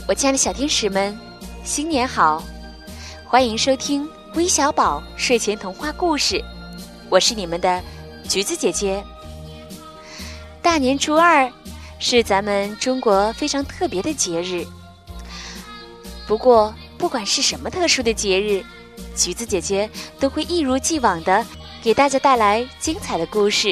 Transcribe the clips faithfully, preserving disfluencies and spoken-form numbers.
我亲爱的小天使们，新年好！欢迎收听微小宝睡前童话故事，我是你们的橘子姐姐。大年初二是咱们中国非常特别的节日，不过不管是什么特殊的节日，橘子姐姐都会一如既往的给大家带来精彩的故事。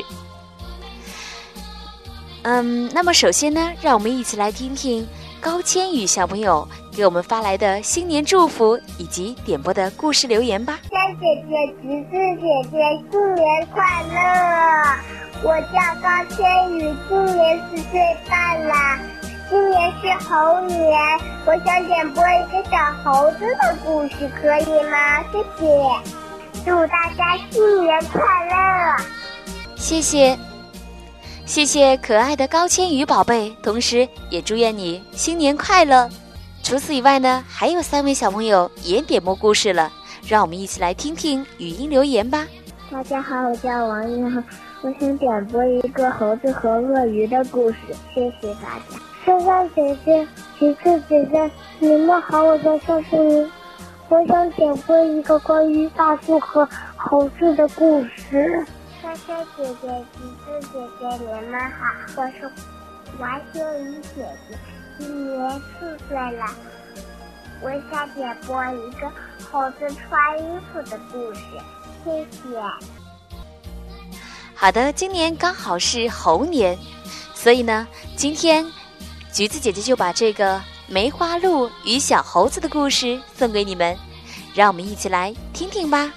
嗯，那么首先呢，让我们一起来听听高千羽小朋友给我们发来的新年祝福以及点播的故事留言吧。 三姐姐、橘子姐姐，新年快乐！我叫高千羽，今年四岁半啦。今年是猴年，我想点播一个小猴子的故事，可以吗？谢谢。祝大家新年快乐！ 谢谢。谢谢可爱的高千羽宝贝，同时也祝愿你新年快乐。除此以外呢，还有三位小朋友也点播故事了，让我们一起来听听语音留言吧。 大家好，我叫王一涵，我想点播一个猴子和鳄鱼的故事，谢谢大家。珊珊姐姐、橘子姐姐，你们好，我叫肖诗明，我想点播一个关于大树和猴子的故事。珊珊姐姐、橘子姐姐，你们好，我是王欣怡姐姐，今年四岁了。我想点播一个猴子穿衣服的故事，谢谢。 好的，今年刚好是猴年，所以呢，今天橘子姐姐就把这个梅花鹿与小猴子的故事送给你们，让我们一起来听听吧。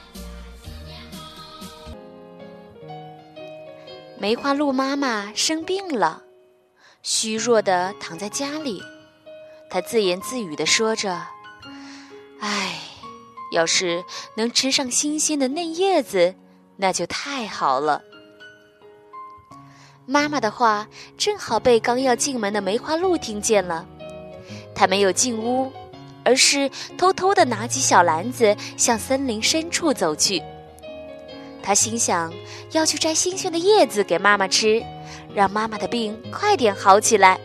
梅花鹿妈妈生病了，虚弱地躺在家里，她自言自语地说着：唉，要是能吃上新鲜的嫩叶子，那就太好了。妈妈的话正好被刚要进门的梅花鹿听见了，她没有进屋，而是偷偷地拿起小篮子向森林深处走去。他心想要去摘新鲜的叶子给妈妈吃，让妈妈的病快点好起来。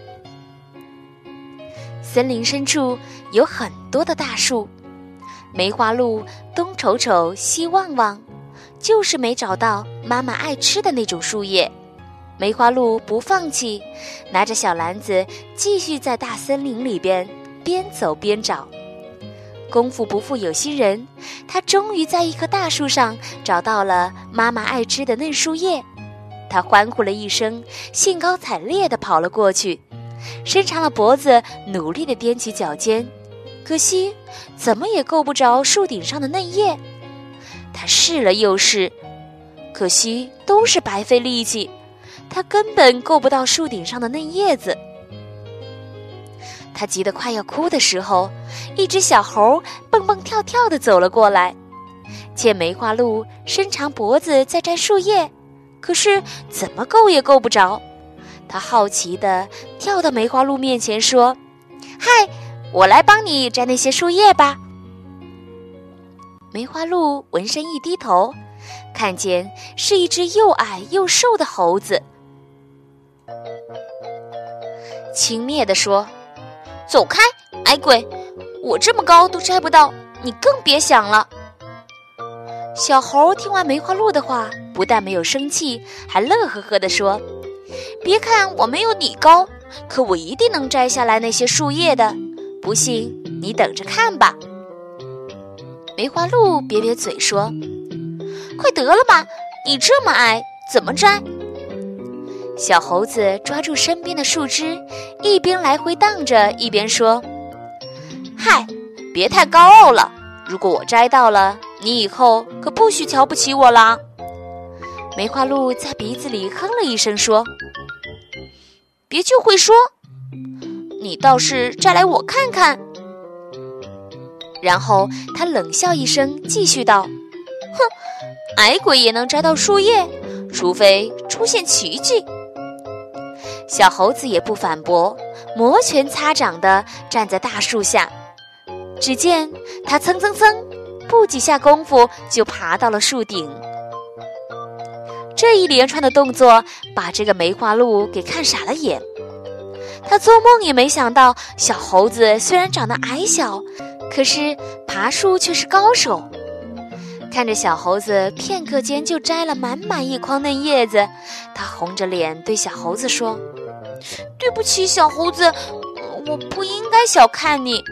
森林深处有很多的大树，梅花鹿东瞅瞅西望望，就是没找到妈妈爱吃的那种树叶。梅花鹿不放弃，拿着小篮子继续在大森林里边边走边找。功夫不负有心人，他终于在一棵大树上找到了妈妈爱吃的嫩树叶。他欢呼了一声，兴高采烈地跑了过去，伸长了脖子，努力地踮起脚尖，可惜怎么也够不着树顶上的嫩叶。他试了又试，可惜都是白费力气，他根本够不到树顶上的嫩叶子。他急得快要哭的时候，一只小猴蹦蹦跳跳地走了过来，见梅花鹿伸长脖子在摘树叶，可是怎么够也够不着。他好奇地跳到梅花鹿面前说：嗨，我来帮你摘那些树叶吧。梅花鹿闻声一低头，看见是一只又矮又瘦的猴子，轻蔑地说：走开，矮鬼，我这么高都摘不到，你更别想了。小猴听完梅花鹿的话，不但没有生气，还乐呵呵地说：别看我没有你高，可我一定能摘下来那些树叶的，不信你等着看吧。梅花鹿瘪瘪嘴说：快得了吧，你这么矮，怎么摘？小猴子抓住身边的树枝，一边来回荡着，一边说：嗨，别太高傲了，如果我摘到了，你以后可不许瞧不起我了。梅花鹿在鼻子里哼了一声说：别就会说，你倒是摘来我看看。然后他冷笑一声，继续道：哼，矮鬼也能摘到树叶，除非出现奇迹。小猴子也不反驳，摩拳擦掌地站在大树下。只见他蹭蹭蹭，不几下功夫就爬到了树顶。这一连串的动作把这个梅花鹿给看傻了眼， 他做梦也没想到，小猴子虽然长得矮小，可是爬树却是高手。看着小猴子片刻间就摘了满满一筐嫩叶子，他红着脸对小猴子说：对不起，小猴子，我不应该小看你。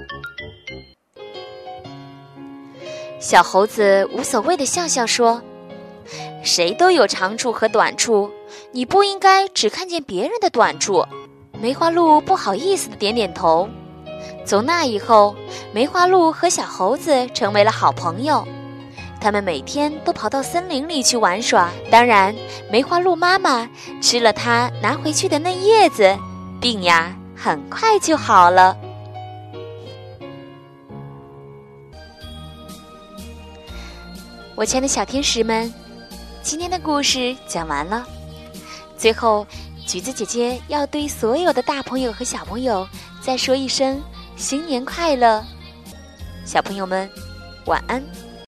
小猴子无所谓地笑笑说：谁都有长处和短处，你不应该只看见别人的短处。梅花鹿不好意思地点点头。从那以后，梅花鹿和小猴子成为了好朋友，他们每天都跑到森林里去玩耍。当然，梅花鹿妈妈吃了它拿回去的嫩叶子，病呀很快就好了。我亲爱的小天使们，今天的故事讲完了。最后，橘子姐姐要对所有的大朋友和小朋友再说一声新年快乐。小朋友们，晚安。